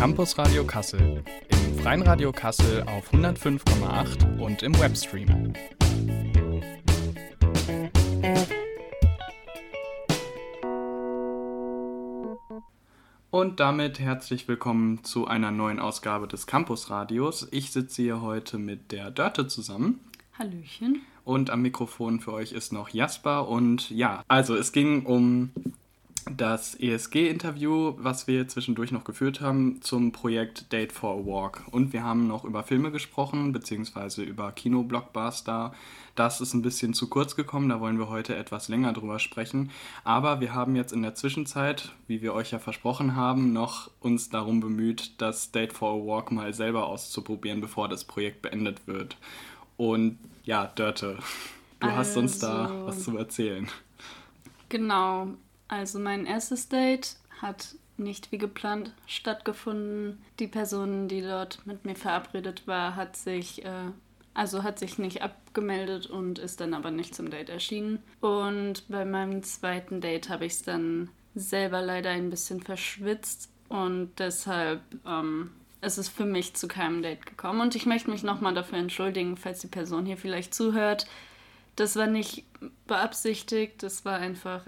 Campus Radio Kassel, im Freien Radio Kassel auf 105,8 und im Webstream. Und damit herzlich willkommen zu einer neuen Ausgabe des Campus Radios. Ich sitze hier heute mit der Dörte zusammen. Hallöchen. Und am Mikrofon für euch ist noch Jasper. Und ja, also es ging um das ESG-Interview, was wir zwischendurch noch geführt haben, zum Projekt Date for a Walk. Und wir haben noch über Filme gesprochen, beziehungsweise über Kino-Blockbuster. Das ist ein bisschen zu kurz gekommen, da wollen wir heute etwas länger drüber sprechen. Aber wir haben jetzt in der Zwischenzeit, wie wir euch ja versprochen haben, noch uns darum bemüht, das Date for a Walk mal selber auszuprobieren, bevor das Projekt beendet wird. Und ja, Dörte, du hast uns da was zu erzählen. Genau. Also mein erstes Date hat nicht wie geplant stattgefunden. Die Person, die dort mit mir verabredet war, hat sich nicht abgemeldet und ist dann aber nicht zum Date erschienen. Und bei meinem zweiten Date habe ich es dann selber leider ein bisschen verschwitzt und deshalb ist es für mich zu keinem Date gekommen. Und ich möchte mich nochmal dafür entschuldigen, falls die Person hier vielleicht zuhört. Das war nicht beabsichtigt, das war einfach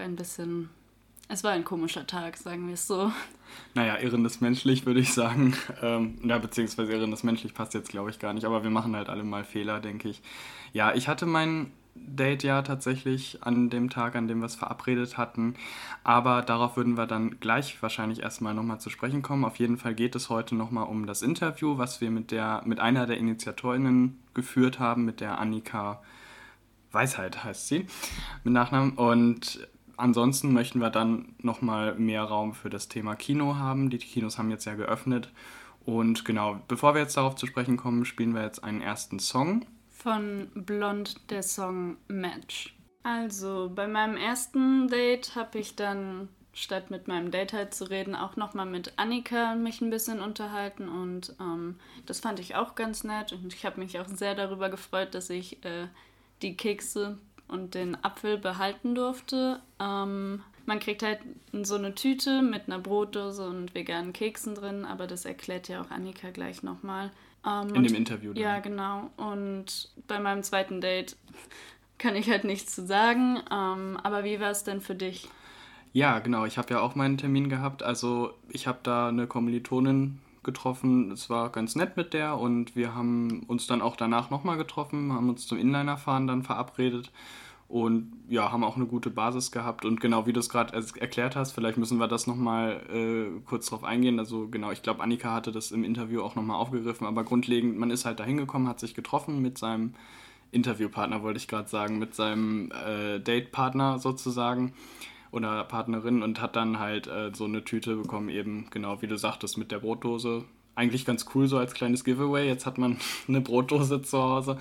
es war ein komischer Tag, sagen wir es so. Naja, irrendes menschlich, würde ich sagen. Beziehungsweise irrendes menschlich passt jetzt, glaube ich, gar nicht. Aber wir machen halt alle mal Fehler, denke ich. Ja, ich hatte mein Date ja tatsächlich an dem Tag, an dem wir es verabredet hatten. Aber darauf würden wir dann gleich wahrscheinlich erstmal nochmal zu sprechen kommen. Auf jeden Fall geht es heute nochmal um das Interview, was wir mit einer der InitiatorInnen geführt haben, mit der Annika Weisheit heißt sie, mit Nachnamen. Und ansonsten möchten wir dann nochmal mehr Raum für das Thema Kino haben. Die Kinos haben jetzt ja geöffnet. Und genau, bevor wir jetzt darauf zu sprechen kommen, spielen wir jetzt einen ersten Song. Von Blond, der Song Match. Also, bei meinem ersten Date habe ich dann, statt mit meinem Date halt zu reden, auch nochmal mit Annika mich ein bisschen unterhalten. Und das fand ich auch ganz nett. Und ich habe mich auch sehr darüber gefreut, dass ich die Kekse und den Apfel behalten durfte. Man kriegt halt so eine Tüte mit einer Brotdose und veganen Keksen drin, aber das erklärt ja auch Annika gleich nochmal. In dem Interview dann. Ja, genau. Und bei meinem zweiten Date kann ich halt nichts zu sagen. Aber wie war es denn für dich? Ja, genau. Ich habe ja auch meinen Termin gehabt. Also ich habe da eine Kommilitonin getroffen. Es war ganz nett mit der und wir haben uns dann auch danach nochmal getroffen, haben uns zum Inlinerfahren dann verabredet und ja, haben auch eine gute Basis gehabt und genau, wie du es gerade erklärt hast, vielleicht müssen wir das nochmal kurz drauf eingehen. Also genau, ich glaube, Annika hatte das im Interview auch nochmal aufgegriffen, aber grundlegend, man ist halt da hingekommen, hat sich getroffen mit seinem Interviewpartner, wollte ich gerade sagen, mit seinem Datepartner sozusagen oder Partnerin und hat dann halt so eine Tüte bekommen, eben genau wie du sagtest, mit der Brotdose. Eigentlich ganz cool so als kleines Giveaway. Jetzt hat man eine Brotdose zu Hause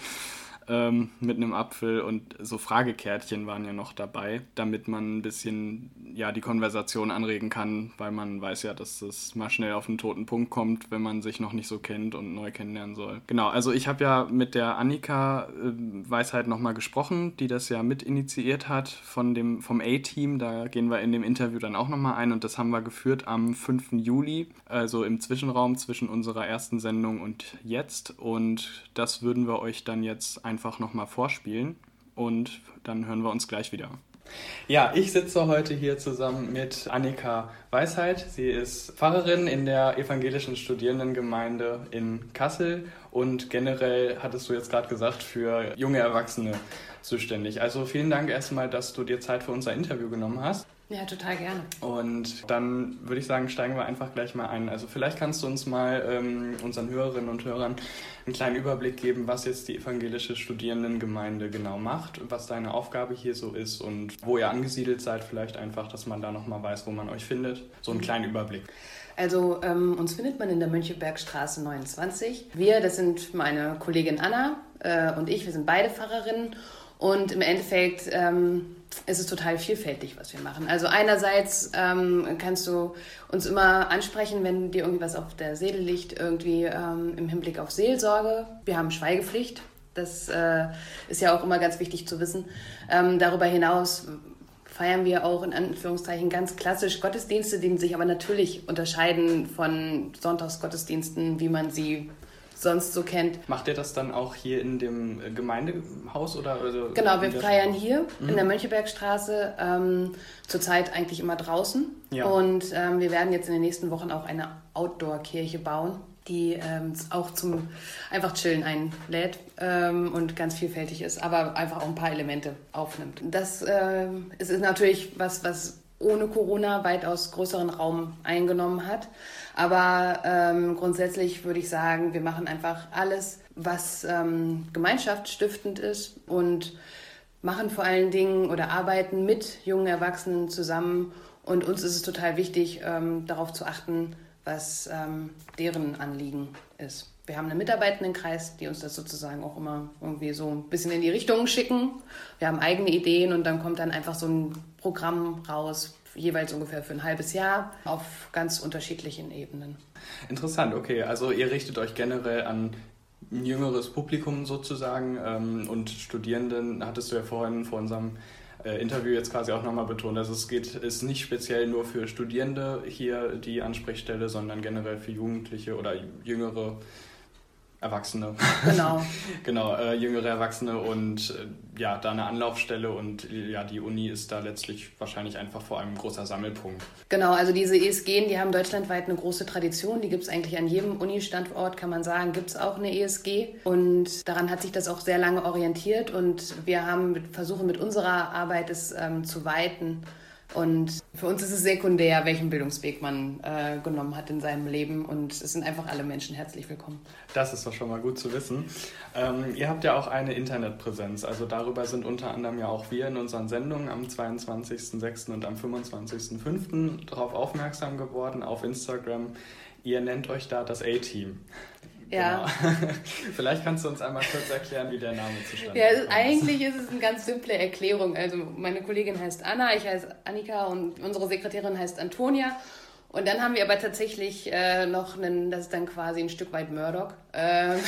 mit einem Apfel und so Fragekärtchen waren ja noch dabei, damit man ein bisschen die Konversation anregen kann, weil man weiß ja, dass es mal schnell auf einen toten Punkt kommt, wenn man sich noch nicht so kennt und neu kennenlernen soll. Genau, also ich habe ja mit der Annika Weisheit nochmal gesprochen, die das ja mit initiiert hat vom A-Team, da gehen wir in dem Interview dann auch nochmal ein und das haben wir geführt am 5. Juli, also im Zwischenraum zwischen unserer ersten Sendung und jetzt und das würden wir euch dann jetzt einfach nochmal vorspielen und dann hören wir uns gleich wieder. Ja, ich sitze heute hier zusammen mit Annika Weisheit. Sie ist Pfarrerin in der evangelischen Studierendengemeinde in Kassel und generell, hattest du jetzt gerade gesagt, für junge Erwachsene zuständig. Also vielen Dank erstmal, dass du dir Zeit für unser Interview genommen hast. Ja, total gerne. Und dann würde ich sagen, steigen wir einfach gleich mal ein. Also vielleicht kannst du uns mal unseren Hörerinnen und Hörern einen kleinen Überblick geben, was jetzt die evangelische Studierendengemeinde genau macht, was deine Aufgabe hier so ist und wo ihr angesiedelt seid. Vielleicht einfach, dass man da nochmal weiß, wo man euch findet. So einen kleinen Überblick. Also uns findet man in der Mönchebergstraße 29. Wir, das sind meine Kollegin Anna und ich, wir sind beide Pfarrerinnen. Und im Endeffekt ist es total vielfältig, was wir machen. Also einerseits kannst du uns immer ansprechen, wenn dir irgendwie was auf der Seele liegt, irgendwie im Hinblick auf Seelsorge. Wir haben Schweigepflicht. Das ist ja auch immer ganz wichtig zu wissen. Darüber hinaus feiern wir auch in Anführungszeichen ganz klassisch Gottesdienste, die sich aber natürlich unterscheiden von Sonntagsgottesdiensten, wie man sie sonst so kennt. Macht ihr das dann auch hier in dem Gemeindehaus? Oder genau, wir feiern hier in der Mönckebergstraße, zurzeit eigentlich immer draußen. Ja. Und wir werden jetzt in den nächsten Wochen auch eine Outdoor-Kirche bauen, die auch zum einfach Chillen einlädt und ganz vielfältig ist, aber einfach auch ein paar Elemente aufnimmt. Das ist natürlich was ohne Corona weitaus größeren Raum eingenommen hat. Aber grundsätzlich würde ich sagen, wir machen einfach alles, was gemeinschaftsstiftend ist und machen vor allen Dingen oder arbeiten mit jungen Erwachsenen zusammen. Und uns ist es total wichtig, darauf zu achten, was deren Anliegen ist. Wir haben einen Mitarbeitendenkreis, die uns das sozusagen auch immer irgendwie so ein bisschen in die Richtung schicken. Wir haben eigene Ideen und dann kommt dann einfach so ein Programm raus, jeweils ungefähr für ein halbes Jahr, auf ganz unterschiedlichen Ebenen. Interessant, okay. Also ihr richtet euch generell an ein jüngeres Publikum sozusagen und Studierenden, hattest du ja vorhin vor unserem Interview jetzt quasi auch nochmal betont. Also ist nicht speziell nur für Studierende hier die Ansprechstelle, sondern generell für Jugendliche oder jüngere Erwachsene. Genau. Genau, jüngere Erwachsene und ja, da eine Anlaufstelle und ja, die Uni ist da letztlich wahrscheinlich einfach vor allem ein großer Sammelpunkt. Genau, also diese ESG, die haben deutschlandweit eine große Tradition, die gibt es eigentlich an jedem Uni-Standort, kann man sagen, gibt es auch eine ESG und daran hat sich das auch sehr lange orientiert und wir versuchen mit unserer Arbeit es zu weiten. Und für uns ist es sekundär, welchen Bildungsweg man genommen hat in seinem Leben. Und es sind einfach alle Menschen herzlich willkommen. Das ist doch schon mal gut zu wissen. Ihr habt ja auch eine Internetpräsenz. Also darüber sind unter anderem ja auch wir in unseren Sendungen am 22.06. und am 25.05. darauf aufmerksam geworden auf Instagram. Ihr nennt euch da das A-Team. Ja. Genau. Vielleicht kannst du uns einmal kurz erklären, wie der Name zustande kommt. Ja, eigentlich ist es eine ganz simple Erklärung. Also meine Kollegin heißt Anna, ich heiße Annika und unsere Sekretärin heißt Antonia. Und dann haben wir aber tatsächlich noch das ist dann quasi ein Stück weit Murdoch. Haben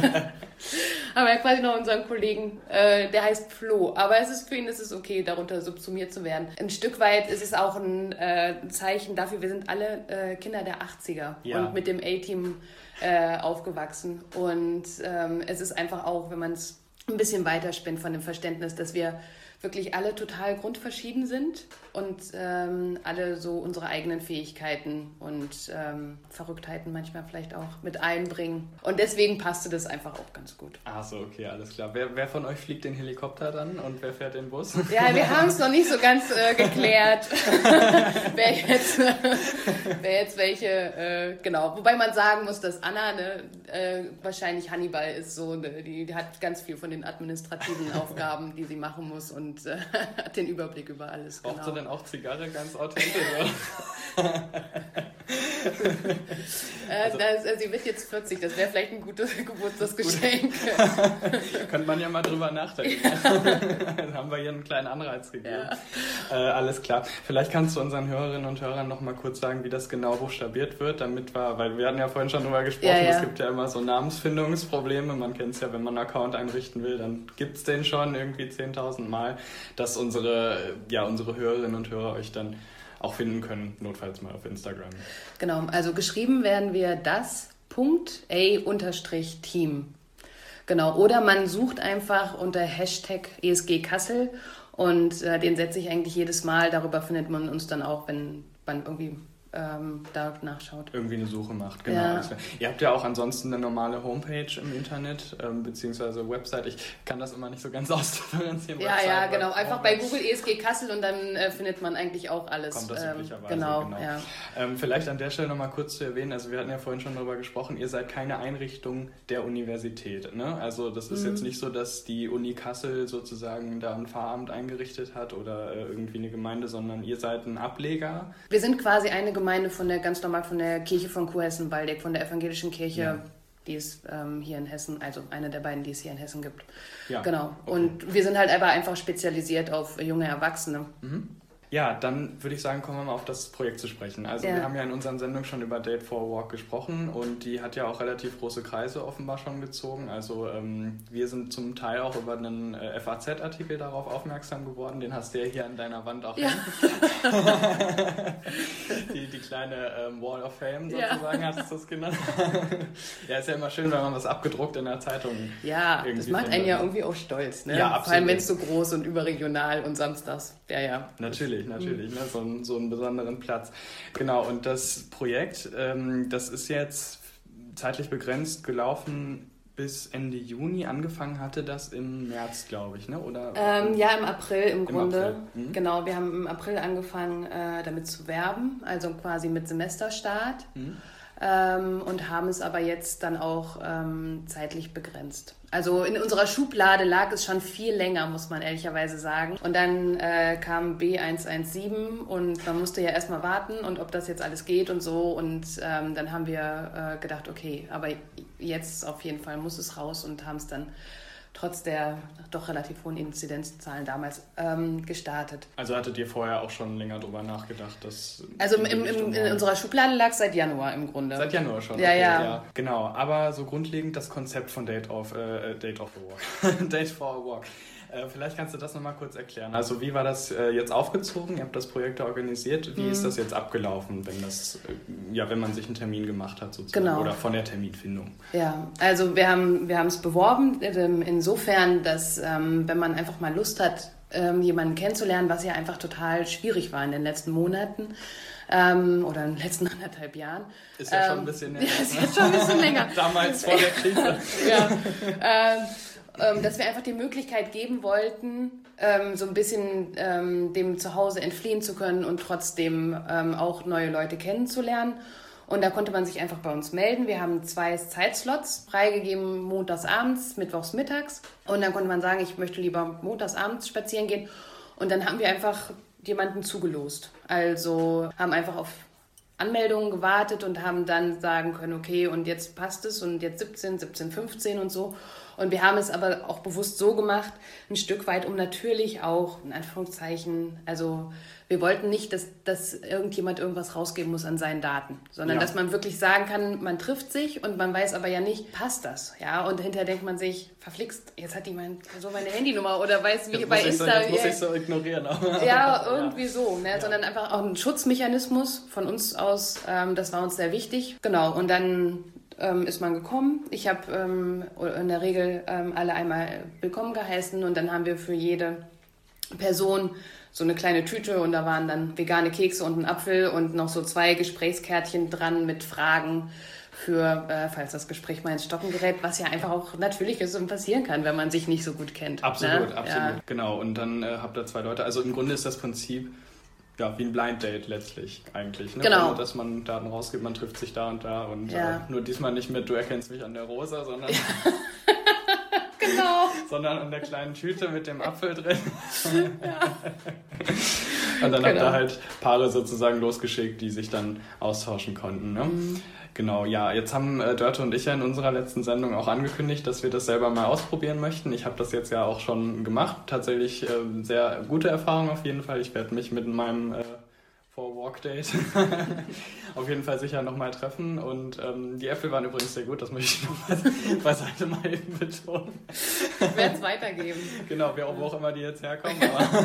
wir quasi noch unseren Kollegen, der heißt Flo. Aber für ihn ist es okay, darunter subsumiert zu werden. Ein Stück weit ist es auch ein Zeichen dafür, wir sind alle Kinder der 80er und mit dem A-Team aufgewachsen. Und es ist einfach auch, wenn man es ein bisschen weiterspinnt von dem Verständnis, dass wir wirklich alle total grundverschieden sind und alle so unsere eigenen Fähigkeiten und Verrücktheiten manchmal vielleicht auch mit einbringen. Und deswegen passte das einfach auch ganz gut. Ach so, okay, alles klar. Wer von euch fliegt den Helikopter dann und wer fährt den Bus? Ja, wir haben es noch nicht so ganz geklärt, wer jetzt welche, genau. Wobei man sagen muss, dass Anna wahrscheinlich Hannibal ist, so, die hat ganz viel von den administrativen Aufgaben, die sie machen muss und hat den Überblick über alles. Braucht sie denn auch Zigarre ganz authentisch? Sie wird jetzt 40, das wäre vielleicht ein gutes Geburtstagsgeschenk. Könnte man ja mal drüber nachdenken. Dann haben wir hier einen kleinen Anreiz gegeben. Ja. Alles klar. Vielleicht kannst du unseren Hörerinnen und Hörern noch mal kurz sagen, wie das genau buchstabiert wird, weil wir hatten ja vorhin schon drüber gesprochen, es gibt ja immer so Namensfindungsprobleme. Man kennt es ja, wenn man einen Account einrichten will, dann gibt es den schon irgendwie 10.000 Mal, dass unsere Hörerinnen und Hörer euch dann auch finden können, notfalls mal auf Instagram. Genau, also geschrieben werden wir das.a_Team. Genau, oder man sucht einfach unter Hashtag ESG Kassel und den setze ich eigentlich jedes Mal. Darüber findet man uns dann auch, wenn man irgendwie da nachschaut. Irgendwie eine Suche macht, genau. Ja. Ihr habt ja auch ansonsten eine normale Homepage im Internet, beziehungsweise Website. Ich kann das immer nicht so ganz ausdifferenzieren. Ja, genau. Einfach bei Google ESG Kassel und dann findet man eigentlich auch alles. Kommt das üblicherweise, genau. Ja. Vielleicht an der Stelle nochmal kurz zu erwähnen, also wir hatten ja vorhin schon darüber gesprochen, ihr seid keine Einrichtung der Universität, ne? Also das ist jetzt nicht so, dass die Uni Kassel sozusagen da ein Pfarramt eingerichtet hat oder irgendwie eine Gemeinde, sondern ihr seid ein Ableger. Wir sind quasi eine Gemeinde ganz normal von der Kirche von Kurhessen-Waldeck, von der evangelischen Kirche, die es hier in Hessen, also eine der beiden, die es hier in Hessen gibt. Ja, genau. Okay. Und wir sind halt aber einfach spezialisiert auf junge Erwachsene. Mhm. Ja, dann würde ich sagen, kommen wir mal auf das Projekt zu sprechen. Also wir haben ja in unseren Sendungen schon über Date for a Walk gesprochen und die hat ja auch relativ große Kreise offenbar schon gezogen. Also wir sind zum Teil auch über einen FAZ-Artikel darauf aufmerksam geworden. Den hast du ja hier an deiner Wand auch hängen. die kleine Wall of Fame sozusagen, hattest du es genannt. Ja, ist ja immer schön, wenn man was abgedruckt in der Zeitung das macht einen ja irgendwie auch stolz. Ne? Ja, absolut. Vor allem, wenn es so groß und überregional und samstags. Ja. Natürlich, ne? So einen besonderen Platz. Genau, und das Projekt, das ist jetzt zeitlich begrenzt gelaufen bis Ende Juni. Angefangen hatte das im März, glaube ich, ne? Oder? Im April im Grunde. April. Genau, wir haben im April angefangen, damit zu werben, also quasi mit Semesterstart. Und haben es aber jetzt dann auch zeitlich begrenzt. Also in unserer Schublade lag es schon viel länger, muss man ehrlicherweise sagen. Und dann kam B117 und man musste ja erstmal warten und ob das jetzt alles geht und so. Und dann haben wir gedacht, okay, aber jetzt auf jeden Fall muss es raus und haben es dann trotz der doch relativ hohen Inzidenzzahlen damals gestartet. Also hattet ihr vorher auch schon länger drüber nachgedacht? Also in unserer Schublade lag es seit Januar im Grunde. Seit Januar schon? Ja, okay, ja. Genau, aber so grundlegend das Konzept von Date for a Walk. Vielleicht kannst du das nochmal kurz erklären. Also wie war das jetzt aufgezogen? Ihr habt das Projekt organisiert. Wie ist das jetzt abgelaufen, wenn man sich einen Termin gemacht hat sozusagen? Genau. Oder von der Terminfindung? Ja, also wir haben es beworben insofern, dass wenn man einfach mal Lust hat, jemanden kennenzulernen, was ja einfach total schwierig war in den letzten Monaten oder in den letzten 1,5 Jahren. Ist ja schon ein bisschen länger. Ja, ist jetzt schon ein bisschen länger. Damals vor der Krise. Dass wir einfach die Möglichkeit geben wollten, so ein bisschen dem Zuhause entfliehen zu können und trotzdem auch neue Leute kennenzulernen. Und da konnte man sich einfach bei uns melden. Wir haben 2 Zeitslots freigegeben, montags abends, mittwochs mittags. Und dann konnte man sagen, ich möchte lieber montags abends spazieren gehen. Und dann haben wir einfach jemanden zugelost. Also haben einfach auf Anmeldungen gewartet und haben dann sagen können, okay, und jetzt passt es und jetzt 17:15 und so. Und wir haben es aber auch bewusst so gemacht, ein Stück weit, um natürlich auch, in Anführungszeichen, also wir wollten nicht, dass irgendjemand irgendwas rausgeben muss an seinen Daten, sondern dass man wirklich sagen kann, man trifft sich und man weiß aber ja nicht, passt das? Ja, und hinterher denkt man sich, verflixt, jetzt hat die meine Handynummer oder weiß, wie bei Insta. Jetzt muss ich so ignorieren. Ja, irgendwie so, ne? Sondern einfach auch ein Schutzmechanismus von uns aus, das war uns sehr wichtig. Genau, und dann ist man gekommen. Ich habe in der Regel alle einmal willkommen geheißen und dann haben wir für jede Person so eine kleine Tüte und da waren dann vegane Kekse und ein Apfel und noch so 2 Gesprächskärtchen dran mit Fragen für, falls das Gespräch mal ins Stocken gerät, was ja einfach auch natürlich ist und passieren kann, wenn man sich nicht so gut kennt. Absolut, ne? absolut. Ja. Genau, und dann habt ihr 2 Leute. Also im Grunde ist das Prinzip wie ein Blind Date letztlich eigentlich. Ne? Genau. Also, dass man Daten rausgibt, man trifft sich da und da und nur diesmal nicht mit, du erkennst mich an der Rosa, sondern... Genau. sondern an der kleinen Tüte mit dem Apfel drin. Und dann habt ihr halt Paare sozusagen losgeschickt, die sich dann austauschen konnten. Ne? Genau, ja, jetzt haben Dörte und ich ja in unserer letzten Sendung auch angekündigt, dass wir das selber mal ausprobieren möchten. Ich habe das jetzt ja auch schon gemacht. Tatsächlich sehr gute Erfahrung auf jeden Fall. Ich werde mich mit meinem For-Walk-Date auf jeden Fall sicher nochmal treffen. Und die Äpfel waren übrigens sehr gut, das möchte ich noch beiseite mal eben betonen. Ich werde es weitergeben. Genau, wo auch immer die jetzt herkommen.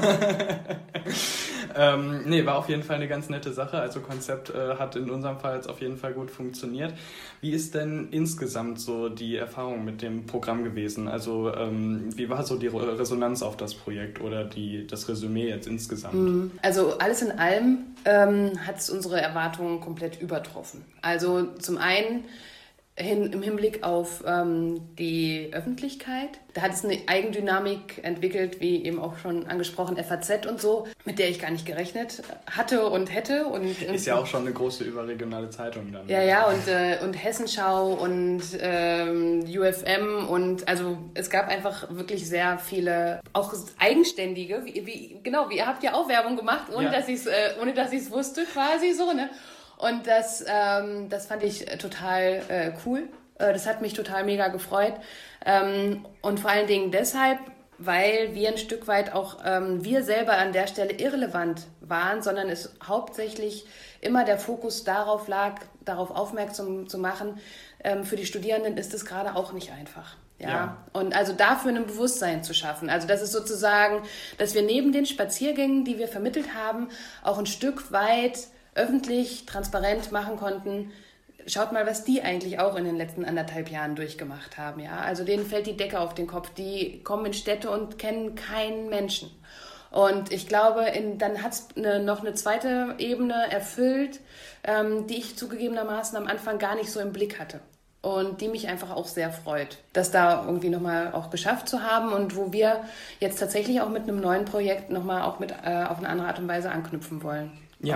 Aber war auf jeden Fall eine ganz nette Sache. Also Konzept hat in unserem Fall jetzt auf jeden Fall gut funktioniert. Wie ist denn insgesamt so die Erfahrung mit dem Programm gewesen? Also wie war so die Resonanz auf das Projekt oder das Resümee jetzt insgesamt? Also alles in allem hat es unsere Erwartungen komplett übertroffen. Also zum einen im Hinblick auf die Öffentlichkeit. Da hat es eine Eigendynamik entwickelt, wie eben auch schon angesprochen, FAZ und so, mit der ich gar nicht gerechnet hatte und hätte. Ist ja auch schon eine große überregionale Zeitung dann. Ja, und Hessenschau und UFM und also es gab einfach wirklich sehr viele, auch eigenständige, ihr habt ja auch Werbung gemacht, ohne dass ich es wusste quasi so, ne? Und das fand ich total cool. Das hat mich total mega gefreut. Und vor allen Dingen deshalb, weil wir ein Stück weit auch, wir selber an der Stelle irrelevant waren, sondern es hauptsächlich immer der Fokus darauf lag, darauf aufmerksam zu machen, für die Studierenden ist es gerade auch nicht einfach. Ja. Und also dafür ein Bewusstsein zu schaffen. Also das ist sozusagen, dass wir neben den Spaziergängen, die wir vermittelt haben, auch ein Stück weit öffentlich, transparent machen konnten. Schaut mal, was die eigentlich auch in den letzten 1,5 Jahren durchgemacht haben. Ja? Also denen fällt die Decke auf den Kopf. Die kommen in Städte und kennen keinen Menschen. Und ich glaube, dann hat es noch eine zweite Ebene erfüllt, die ich zugegebenermaßen am Anfang gar nicht so im Blick hatte. Und die mich einfach auch sehr freut, das da irgendwie nochmal auch geschafft zu haben und wo wir jetzt tatsächlich auch mit einem neuen Projekt nochmal auch mit auf eine andere Art und Weise anknüpfen wollen.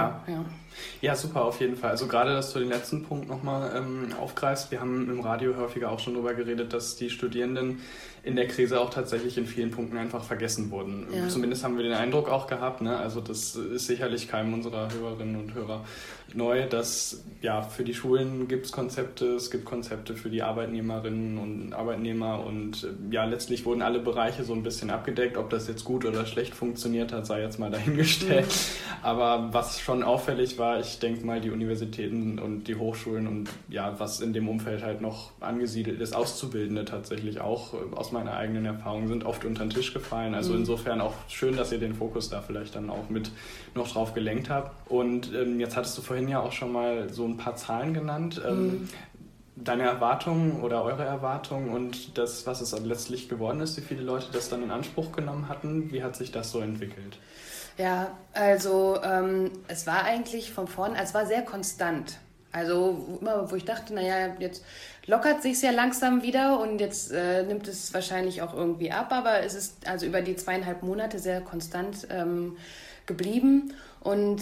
Ja, super, auf jeden Fall. Also gerade, dass du den letzten Punkt nochmal aufgreifst. Wir haben im Radio häufiger auch schon darüber geredet, dass die Studierenden in der Krise auch tatsächlich in vielen Punkten einfach vergessen wurden. Ja. Zumindest haben wir den Eindruck auch gehabt, ne? Also das ist sicherlich keinem unserer Hörerinnen und Hörer neu, dass ja für die Schulen gibt es gibt Konzepte für die Arbeitnehmerinnen und Arbeitnehmer und ja letztlich wurden alle Bereiche so ein bisschen abgedeckt. Ob das jetzt gut oder schlecht funktioniert hat, sei jetzt mal dahingestellt. Aber was schon auffällig war, ich denke mal, die Universitäten und die Hochschulen und ja, was in dem Umfeld halt noch angesiedelt ist, Auszubildende tatsächlich auch aus meiner eigenen Erfahrung sind oft unter den Tisch gefallen. Also insofern auch schön, dass ihr den Fokus da vielleicht dann auch mit noch drauf gelenkt habt. Und jetzt hattest du vorhin ja auch schon mal so ein paar Zahlen genannt. Deine Erwartungen oder eure Erwartungen und das, was es letztlich geworden ist, wie viele Leute das dann in Anspruch genommen hatten, wie hat sich das so entwickelt? Ja, also es war eigentlich von vorn, es war sehr konstant. Also immer, wo ich dachte, naja, jetzt lockert sich ja langsam wieder und jetzt nimmt es wahrscheinlich auch irgendwie ab, aber es ist also über die 2,5 Monate sehr konstant geblieben und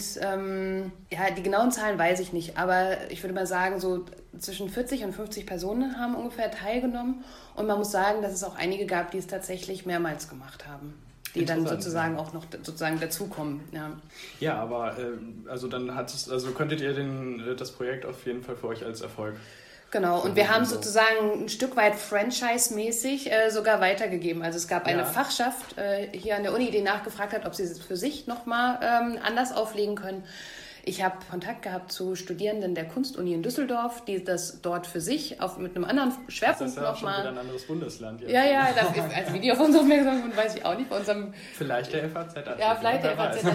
ja, die genauen Zahlen weiß ich nicht, aber ich würde mal sagen, so zwischen 40 und 50 Personen haben ungefähr teilgenommen und man muss sagen, dass es auch einige gab, die es tatsächlich mehrmals gemacht haben. Die dann sozusagen auch noch sozusagen dazukommen. Ja, aber also dann könntet ihr das Projekt auf jeden Fall für euch als Erfolg. Genau, und wir haben sozusagen ein Stück weit franchise-mäßig sogar weitergegeben. Also es gab eine Fachschaft hier an der Uni, die nachgefragt hat, ob sie es für sich nochmal anders auflegen können. Ich habe Kontakt gehabt zu Studierenden der Kunstuni in Düsseldorf, die das dort für sich mit einem anderen Schwerpunkt nochmal... Das ist ja schon wieder ein anderes Bundesland. Jetzt. Ja, das ist, als Video von unserem Megaphon weiß ich auch nicht. Bei unserem, vielleicht der FAZ. Ja, vielleicht der FAZ.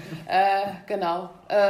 Genau.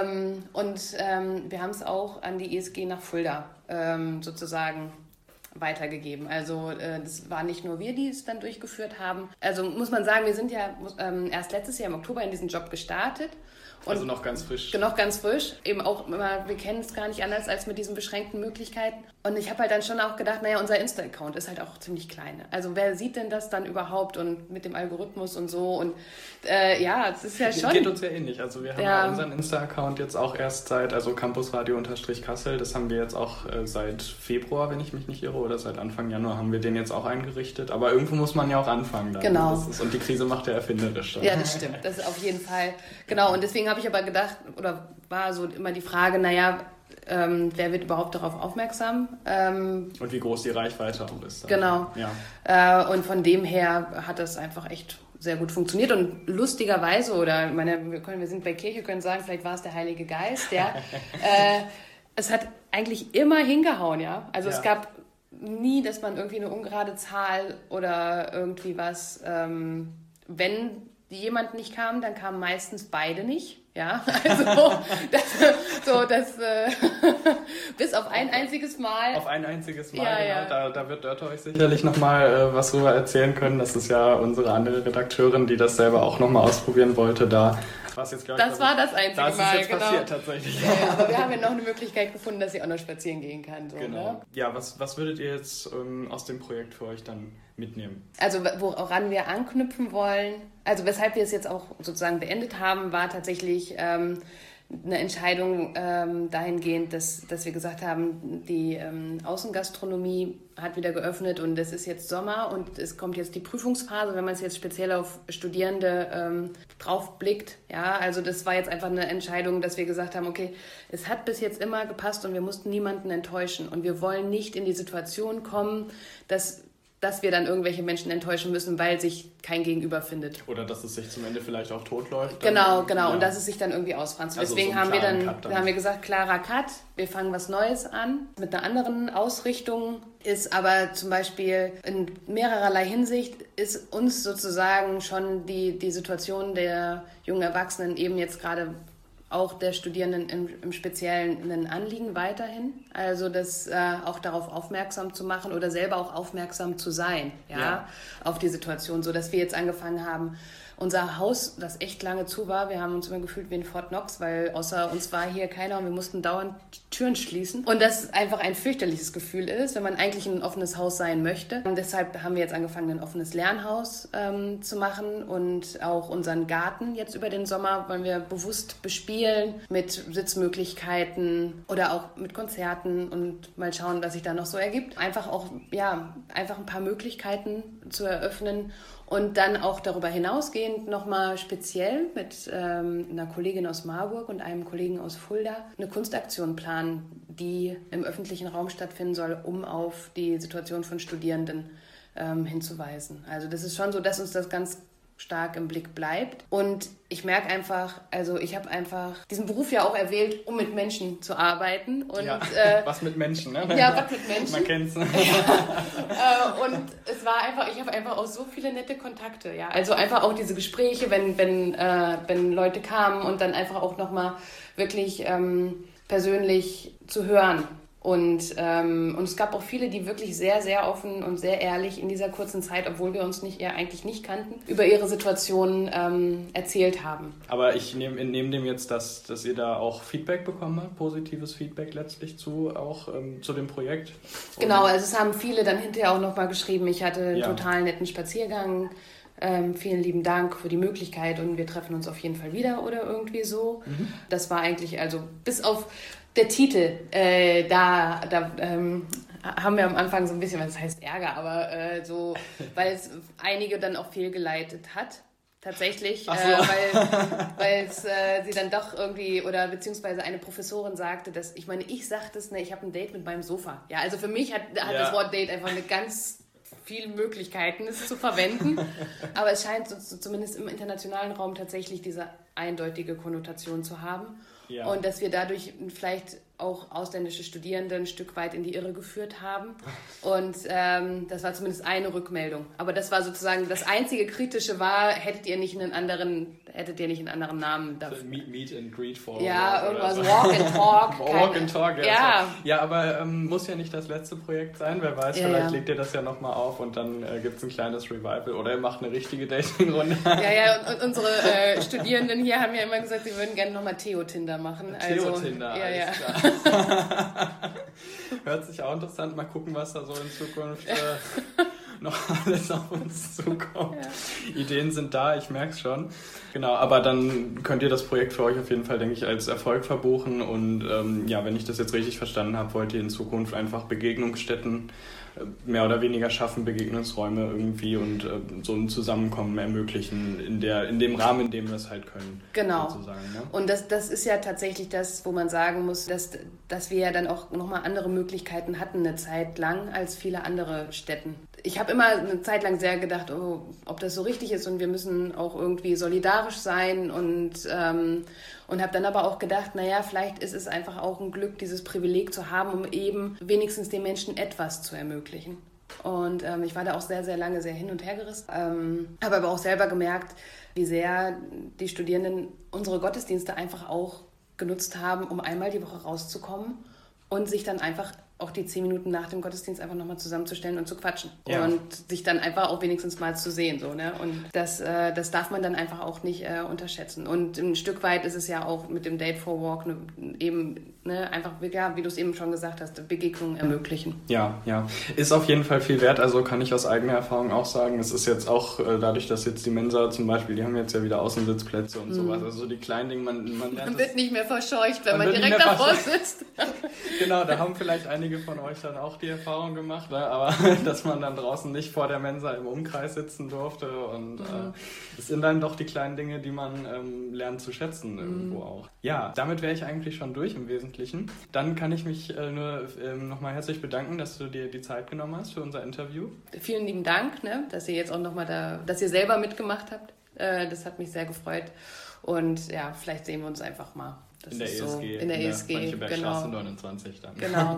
Und wir haben es auch an die ESG nach Fulda sozusagen weitergegeben. Also das waren nicht nur wir, die es dann durchgeführt haben. Also muss man sagen, wir sind ja erst letztes Jahr im Oktober in diesen Job gestartet. Und also noch ganz frisch. Noch ganz frisch. Eben auch immer, wir kennen es gar nicht anders als mit diesen beschränkten Möglichkeiten. Und ich habe halt dann schon auch gedacht, naja, unser Insta-Account ist halt auch ziemlich klein. Also wer sieht denn das dann überhaupt und mit dem Algorithmus und so? Und ja, es ist ja schon... Geht uns ja ähnlich. Also wir haben ja unseren Insta-Account jetzt auch erst seit, also campusradio_Kassel, das haben wir jetzt auch seit Februar, wenn ich mich nicht irre, oder seit Anfang Januar haben wir den jetzt auch eingerichtet. Aber irgendwo muss man ja auch anfangen dann. Genau. Und die Krise macht ja erfinderisch. Ja, das stimmt. Das ist auf jeden Fall... Genau, und deswegen habe ich aber gedacht, oder war so immer die Frage, naja, wer wird überhaupt darauf aufmerksam? Und wie groß die Reichweite auch ist. Genau. Ja. Und von dem her hat das einfach echt sehr gut funktioniert. Und lustigerweise, oder wir sind bei Kirche, können sagen, vielleicht war es der Heilige Geist, es hat eigentlich immer hingehauen, ja. Also es gab nie, dass man irgendwie eine ungerade Zahl oder irgendwie was, wenn jemand nicht kam, dann kamen meistens beide nicht. Ja, also bis auf ein einziges Mal. Auf ein einziges Mal, genau. Da wird Dörte euch sicherlich nochmal was drüber erzählen können. Das ist ja unsere andere Redakteurin, die das selber auch nochmal ausprobieren wollte. Da war es jetzt, glaube ich, das war das einzige Mal, genau. Das ist jetzt passiert, tatsächlich. Ja, aber wir haben ja noch eine Möglichkeit gefunden, dass sie auch noch spazieren gehen kann. So, genau. Ne? Ja, was würdet ihr jetzt aus dem Projekt für euch dann mitnehmen? Also woran wir anknüpfen wollen, also weshalb wir es jetzt auch sozusagen beendet haben, war tatsächlich eine Entscheidung dahingehend, dass wir gesagt haben, die Außengastronomie hat wieder geöffnet und es ist jetzt Sommer und es kommt jetzt die Prüfungsphase, wenn man es jetzt speziell auf Studierende drauf blickt. Ja, also das war jetzt einfach eine Entscheidung, dass wir gesagt haben, okay, es hat bis jetzt immer gepasst und wir mussten niemanden enttäuschen und wir wollen nicht in die Situation kommen, dass dass wir dann irgendwelche Menschen enttäuschen müssen, weil sich kein Gegenüber findet. Oder dass es sich zum Ende vielleicht auch totläuft. Genau. Ja. Und dass es sich dann irgendwie ausfranst. Also deswegen so haben wir gesagt, klarer Cut, wir fangen was Neues an, mit einer anderen Ausrichtung. Ist aber zum Beispiel in mehrererlei Hinsicht ist uns sozusagen schon die Situation der jungen Erwachsenen eben jetzt gerade auch der Studierenden im Speziellen ein Anliegen weiterhin. Also das auch darauf aufmerksam zu machen oder selber auch aufmerksam zu sein, auf die Situation, so dass wir jetzt angefangen haben, unser Haus, das echt lange zu war, wir haben uns immer gefühlt wie in Fort Knox, weil außer uns war hier keiner und wir mussten dauernd Türen schließen. Und das einfach ein fürchterliches Gefühl ist, wenn man eigentlich ein offenes Haus sein möchte. Und deshalb haben wir jetzt angefangen, ein offenes Lernhaus zu machen und auch unseren Garten jetzt über den Sommer wollen wir bewusst bespielen mit Sitzmöglichkeiten oder auch mit Konzerten und mal schauen, was sich da noch so ergibt. Einfach auch, einfach ein paar Möglichkeiten zu eröffnen. Und dann auch darüber hinausgehend nochmal speziell mit einer Kollegin aus Marburg und einem Kollegen aus Fulda eine Kunstaktion planen, die im öffentlichen Raum stattfinden soll, um auf die Situation von Studierenden hinzuweisen. Also das ist schon so, dass uns das ganz stark im Blick bleibt. Und ich merke einfach, also ich habe einfach diesen Beruf ja auch erwählt, um mit Menschen zu arbeiten. Und, was mit Menschen, ne? Ja, was mit Menschen. Man kennt's. Ne? Und es war einfach, ich habe einfach auch so viele nette Kontakte. Ja. Also einfach auch diese Gespräche, wenn Leute kamen und dann einfach auch nochmal wirklich persönlich zu hören. Und es gab auch viele, die wirklich sehr, sehr offen und sehr ehrlich in dieser kurzen Zeit, obwohl wir uns eigentlich nicht kannten, über ihre Situation erzählt haben. Aber ich nehme dem jetzt, dass ihr da auch Feedback bekommen habt, positives Feedback letztlich zu dem Projekt. Genau, also es haben viele dann hinterher auch nochmal geschrieben, ich hatte einen total netten Spaziergang. Vielen lieben Dank für die Möglichkeit und wir treffen uns auf jeden Fall wieder oder irgendwie so. Mhm. Das war eigentlich, also bis auf der Titel, da haben wir am Anfang so ein bisschen, was heißt Ärger, aber so, weil es einige dann auch fehlgeleitet hat. Tatsächlich, weil es sie dann doch irgendwie, oder beziehungsweise eine Professorin sagte, dass, ich sagte es, ich habe ein Date mit meinem Sofa. Ja, also für mich hat das Wort Date einfach eine ganz viele Möglichkeiten, es zu verwenden. Aber es scheint so, zumindest im internationalen Raum tatsächlich diese eindeutige Konnotation zu haben. Ja. Und dass wir dadurch vielleicht auch ausländische Studierende ein Stück weit in die Irre geführt haben. Und das war zumindest eine Rückmeldung. Aber das war sozusagen das einzige Kritische war, hättet ihr nicht einen anderen Namen dafür. Meet and Greet for. Ja, irgendwas, so. Walk and Talk. Walk and Talk, ja. Ja, aber muss ja nicht das letzte Projekt sein. Wer weiß, vielleicht legt ihr das ja nochmal auf und dann gibt es ein kleines Revival oder ihr macht eine richtige Dating-Runde. Ja, und unsere Studierenden hier haben ja immer gesagt, sie würden gerne nochmal Theo-Tinder machen. Theo-Tinder, alles klar. Hört sich auch interessant. Mal gucken, was da so in Zukunft noch alles auf uns zukommt. Ja. Ideen sind da, ich merke es schon. Genau, aber dann könnt ihr das Projekt für euch auf jeden Fall, denke ich, als Erfolg verbuchen. Und wenn ich das jetzt richtig verstanden habe, wollt ihr in Zukunft einfach Begegnungsstätten mehr oder weniger schaffen, Begegnungsräume irgendwie und so ein Zusammenkommen ermöglichen in dem Rahmen, in dem wir es halt können. Genau. Sozusagen, ne? Und das ist ja tatsächlich das, wo man sagen muss, dass wir ja dann auch nochmal andere Möglichkeiten hatten eine Zeit lang als viele andere Städten. Ich habe immer eine Zeit lang sehr gedacht, ob das so richtig ist und wir müssen auch irgendwie solidarisch sein und habe dann aber auch gedacht, vielleicht ist es einfach auch ein Glück, dieses Privileg zu haben, um eben wenigstens den Menschen etwas zu ermöglichen. Und ich war da auch sehr, sehr lange sehr hin und her gerissen, habe aber auch selber gemerkt, wie sehr die Studierenden unsere Gottesdienste einfach auch genutzt haben, um einmal die Woche rauszukommen und sich dann einfach auch die 10 Minuten nach dem Gottesdienst einfach nochmal zusammenzustellen und zu quatschen. Ja. Und sich dann einfach auch wenigstens mal zu sehen. So, ne? Und das darf man dann einfach auch nicht unterschätzen. Und ein Stück weit ist es ja auch mit dem Date for Walk einfach, wie du es eben schon gesagt hast, Begegnungen ermöglichen. Ja. Ist auf jeden Fall viel wert. Also kann ich aus eigener Erfahrung auch sagen, es ist jetzt auch dadurch, dass jetzt die Mensa zum Beispiel, die haben jetzt ja wieder Außensitzplätze und sowas. Also so die kleinen Dinge, man lernt wird nicht mehr verscheucht, wenn man direkt davor sitzt. Genau, da haben vielleicht einige einige von euch dann auch die Erfahrung gemacht, ne? Aber dass man dann draußen nicht vor der Mensa im Umkreis sitzen durfte. Und es sind dann doch die kleinen Dinge, die man lernt zu schätzen irgendwo auch. Ja, damit wäre ich eigentlich schon durch im Wesentlichen. Dann kann ich mich nur nochmal herzlich bedanken, dass du dir die Zeit genommen hast für unser Interview. Vielen lieben Dank, ne, dass ihr jetzt auch nochmal dass ihr selber mitgemacht habt. Das hat mich sehr gefreut. Und ja, vielleicht sehen wir uns einfach mal. In der ESG. So, in der ESG, Mönckebergstraße 29 dann. Genau.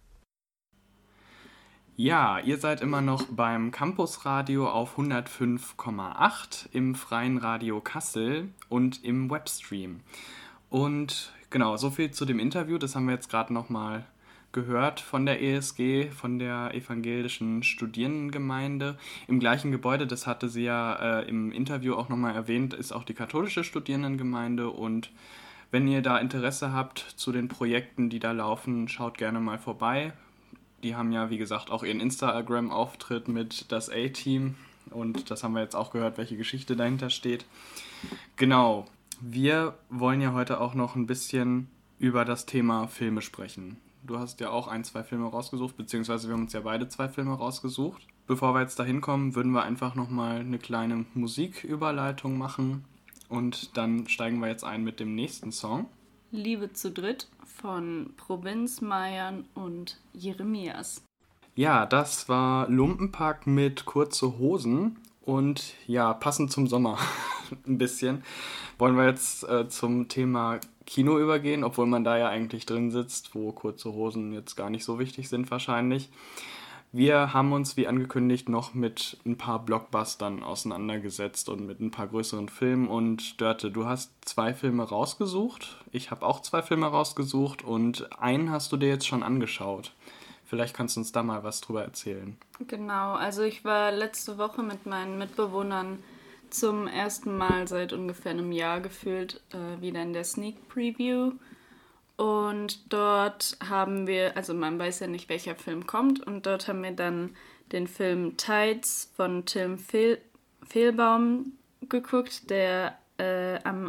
Ja, ihr seid immer noch beim Campusradio auf 105,8 im Freien Radio Kassel und im Webstream. Und genau, so viel zu dem Interview, das haben wir jetzt gerade nochmal gehört von der ESG, von der Evangelischen Studierendengemeinde. Im gleichen Gebäude, das hatte sie ja im Interview auch nochmal erwähnt, ist auch die katholische Studierendengemeinde. Und wenn ihr da Interesse habt zu den Projekten, die da laufen, schaut gerne mal vorbei. Die haben ja, wie gesagt, auch ihren Instagram-Auftritt mit das A-Team. Und das haben wir jetzt auch gehört, welche Geschichte dahinter steht. Genau, wir wollen ja heute auch noch ein bisschen über das Thema Filme sprechen. Du hast ja auch 1, 2 Filme rausgesucht, beziehungsweise wir haben uns ja beide 2 Filme rausgesucht. Bevor wir jetzt da hinkommen, würden wir einfach nochmal eine kleine Musiküberleitung machen und dann steigen wir jetzt ein mit dem nächsten Song. Liebe zu dritt von Provinz, Mayan und Jeremias. Ja, das war Lumpenpack mit kurze Hosen und ja, passend zum Sommer ein bisschen. Wollen wir jetzt zum Thema Kino übergehen, obwohl man da ja eigentlich drin sitzt, wo kurze Hosen jetzt gar nicht so wichtig sind wahrscheinlich. Wir haben uns, wie angekündigt, noch mit ein paar Blockbustern auseinandergesetzt und mit ein paar größeren Filmen. Und Dörte, du hast 2 Filme rausgesucht. Ich habe auch 2 Filme rausgesucht und einen hast du dir jetzt schon angeschaut. Vielleicht kannst du uns da mal was drüber erzählen. Genau, also ich war letzte Woche mit meinen Mitbewohnern zum ersten Mal seit ungefähr einem Jahr gefühlt wieder in der Sneak Preview. Und dort haben wir, also man weiß ja nicht, welcher Film kommt, und dort haben wir dann den Film Tides von Tim Fehlbaum geguckt, der am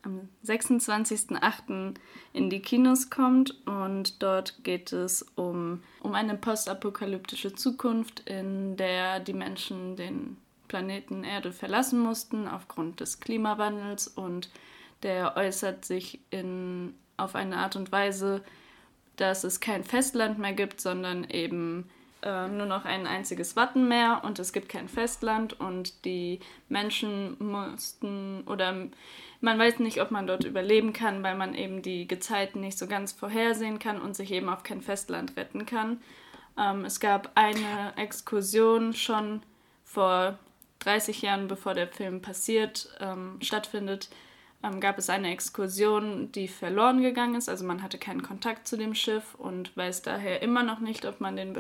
26.08. in die Kinos kommt. Und dort geht es um eine postapokalyptische Zukunft, in der die Menschen den Planeten Erde verlassen mussten aufgrund des Klimawandels, und der äußert sich auf eine Art und Weise, dass es kein Festland mehr gibt, sondern eben nur noch ein einziges Wattenmeer, und es gibt kein Festland, und die Menschen mussten, oder man weiß nicht, ob man dort überleben kann, weil man eben die Gezeiten nicht so ganz vorhersehen kann und sich eben auf kein Festland retten kann. Es gab eine Exkursion schon vor 30 Jahren, bevor der Film stattfindet, gab es eine Exkursion, die verloren gegangen ist. Also man hatte keinen Kontakt zu dem Schiff und weiß daher immer noch nicht, ob man ob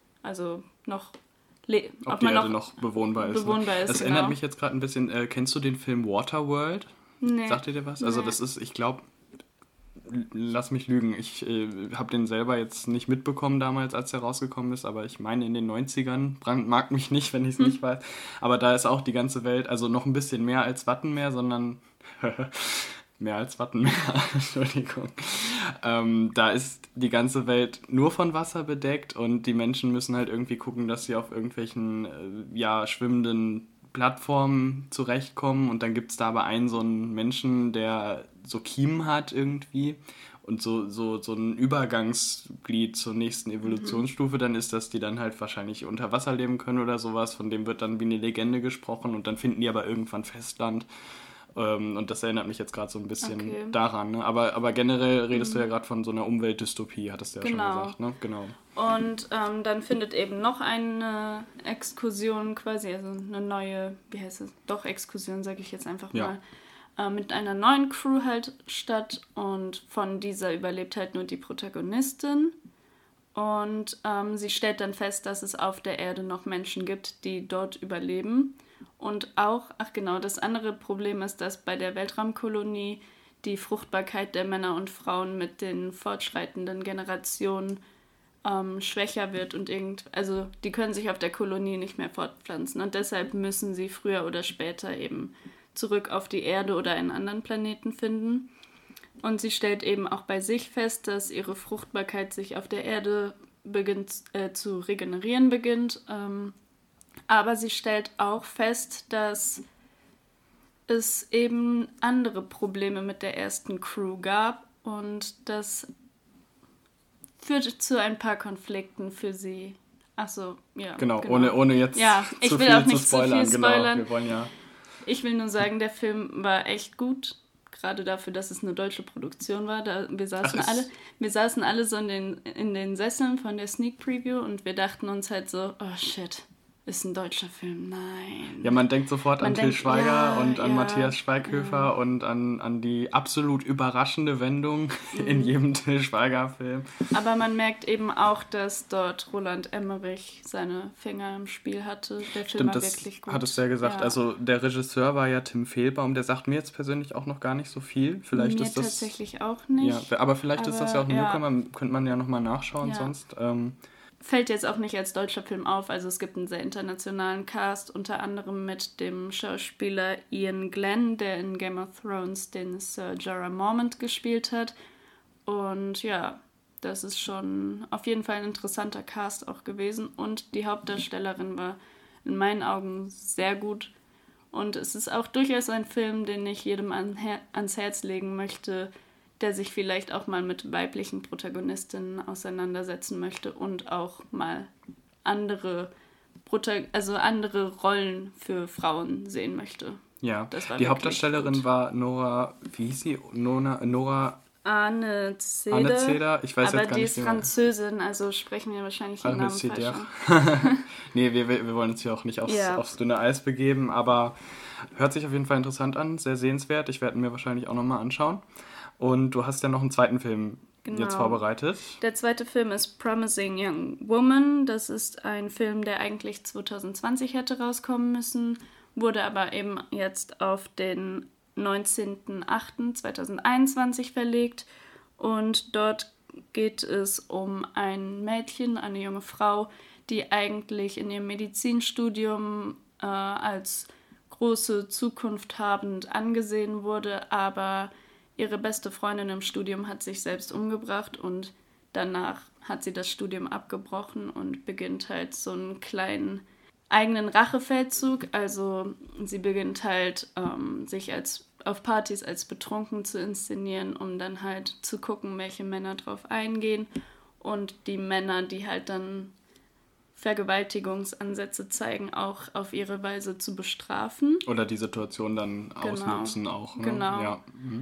die Erde noch bewohnbar ist. Das genau. Erinnert mich jetzt gerade ein bisschen. Kennst du den Film Waterworld? Nee. Sagt ihr dir was? Also das ist, ich glaube, lass mich lügen, ich habe den selber jetzt nicht mitbekommen damals, als er rausgekommen ist, aber ich meine in den 90ern, mag mich nicht, wenn ich es nicht weiß, aber da ist auch die ganze Welt, also noch ein bisschen mehr als Wattenmeer, sondern mehr als Wattenmeer, Entschuldigung. Da ist die ganze Welt nur von Wasser bedeckt und die Menschen müssen halt irgendwie gucken, dass sie auf irgendwelchen schwimmenden Plattformen zurechtkommen, und dann gibt es da aber einen so einen Menschen, der so Kiemen hat irgendwie und so ein Übergangsglied zur nächsten Evolutionsstufe dann ist, dass die dann halt wahrscheinlich unter Wasser leben können oder sowas, von dem wird dann wie eine Legende gesprochen, und dann finden die aber irgendwann Festland. Und das erinnert mich jetzt gerade so ein bisschen daran. Ne? Aber generell redest du ja gerade von so einer Umweltdystopie, hattest du ja schon gesagt. Ne? Genau. Und dann findet eben noch eine Exkursion quasi, also eine neue, Exkursion sage ich jetzt einfach mal, mit einer neuen Crew halt statt. Und von dieser überlebt halt nur die Protagonistin. Und sie stellt dann fest, dass es auf der Erde noch Menschen gibt, die dort überleben. Und auch, das andere Problem ist, dass bei der Weltraumkolonie die Fruchtbarkeit der Männer und Frauen mit den fortschreitenden Generationen schwächer wird und die können sich auf der Kolonie nicht mehr fortpflanzen, und deshalb müssen sie früher oder später eben zurück auf die Erde oder einen anderen Planeten finden. Und sie stellt eben auch bei sich fest, dass ihre Fruchtbarkeit sich auf der Erde zu regenerieren beginnt. Aber sie stellt auch fest, dass es eben andere Probleme mit der ersten Crew gab und das führt zu ein paar Konflikten für sie. Achso, ja. Genau. Ohne jetzt zu viel zu spoilern. Genau, wir wollen ja... Ich will nur sagen, der Film war echt gut, gerade dafür, dass es eine deutsche Produktion war. Wir saßen alle so in den Sesseln von der Sneak Preview und wir dachten uns halt so, oh shit, ist ein deutscher Film, nein. Ja, man denkt sofort an Til Schweiger und an Matthias Schweighöfer und an die absolut überraschende Wendung in jedem Til Schweiger-Film. Aber man merkt eben auch, dass dort Roland Emmerich seine Finger im Spiel hatte. Der Film war wirklich gut. Hattest du ja gesagt. Ja. Also der Regisseur war ja Tim Fehlbaum, der sagt mir jetzt persönlich auch noch gar nicht so viel. Vielleicht mir ist das tatsächlich auch nicht. Ja, aber vielleicht ist das ja auch ein Newcomer, könnte man ja nochmal nachschauen sonst. Fällt jetzt auch nicht als deutscher Film auf, also es gibt einen sehr internationalen Cast, unter anderem mit dem Schauspieler Ian Glenn, der in Game of Thrones den Sir Jorah Mormont gespielt hat. Und ja, das ist schon auf jeden Fall ein interessanter Cast auch gewesen und die Hauptdarstellerin war in meinen Augen sehr gut. Und es ist auch durchaus ein Film, den ich jedem ans Herz legen möchte, der sich vielleicht auch mal mit weiblichen Protagonistinnen auseinandersetzen möchte und auch mal andere Rollen für Frauen sehen möchte. Ja, die Hauptdarstellerin gut. War Nora, wie hieß sie? Nora Arne Zeder. Ich weiß aber jetzt gar nicht. Aber die ist Französin, also sprechen wir wahrscheinlich den Namen falsch. Nee, wir wollen uns hier auch nicht aufs dünne Eis begeben, aber hört sich auf jeden Fall interessant an, sehr sehenswert. Ich werde ihn mir wahrscheinlich auch nochmal anschauen. Und du hast ja noch einen zweiten Film jetzt vorbereitet. Der zweite Film ist Promising Young Woman. Das ist ein Film, der eigentlich 2020 hätte rauskommen müssen, wurde aber eben jetzt auf den 19.08.2021 verlegt. Und dort geht es um ein Mädchen, eine junge Frau, die eigentlich in ihrem Medizinstudium als große Zukunft habend angesehen wurde, aber ihre beste Freundin im Studium hat sich selbst umgebracht und danach hat sie das Studium abgebrochen und beginnt halt so einen kleinen eigenen Rachefeldzug. Also sie beginnt halt sich auf Partys als betrunken zu inszenieren, um dann halt zu gucken, welche Männer drauf eingehen und die Männer, die halt dann Vergewaltigungsansätze zeigen, auch auf ihre Weise zu bestrafen. Oder die Situation dann ausnutzen auch. Ne? Genau. Ja.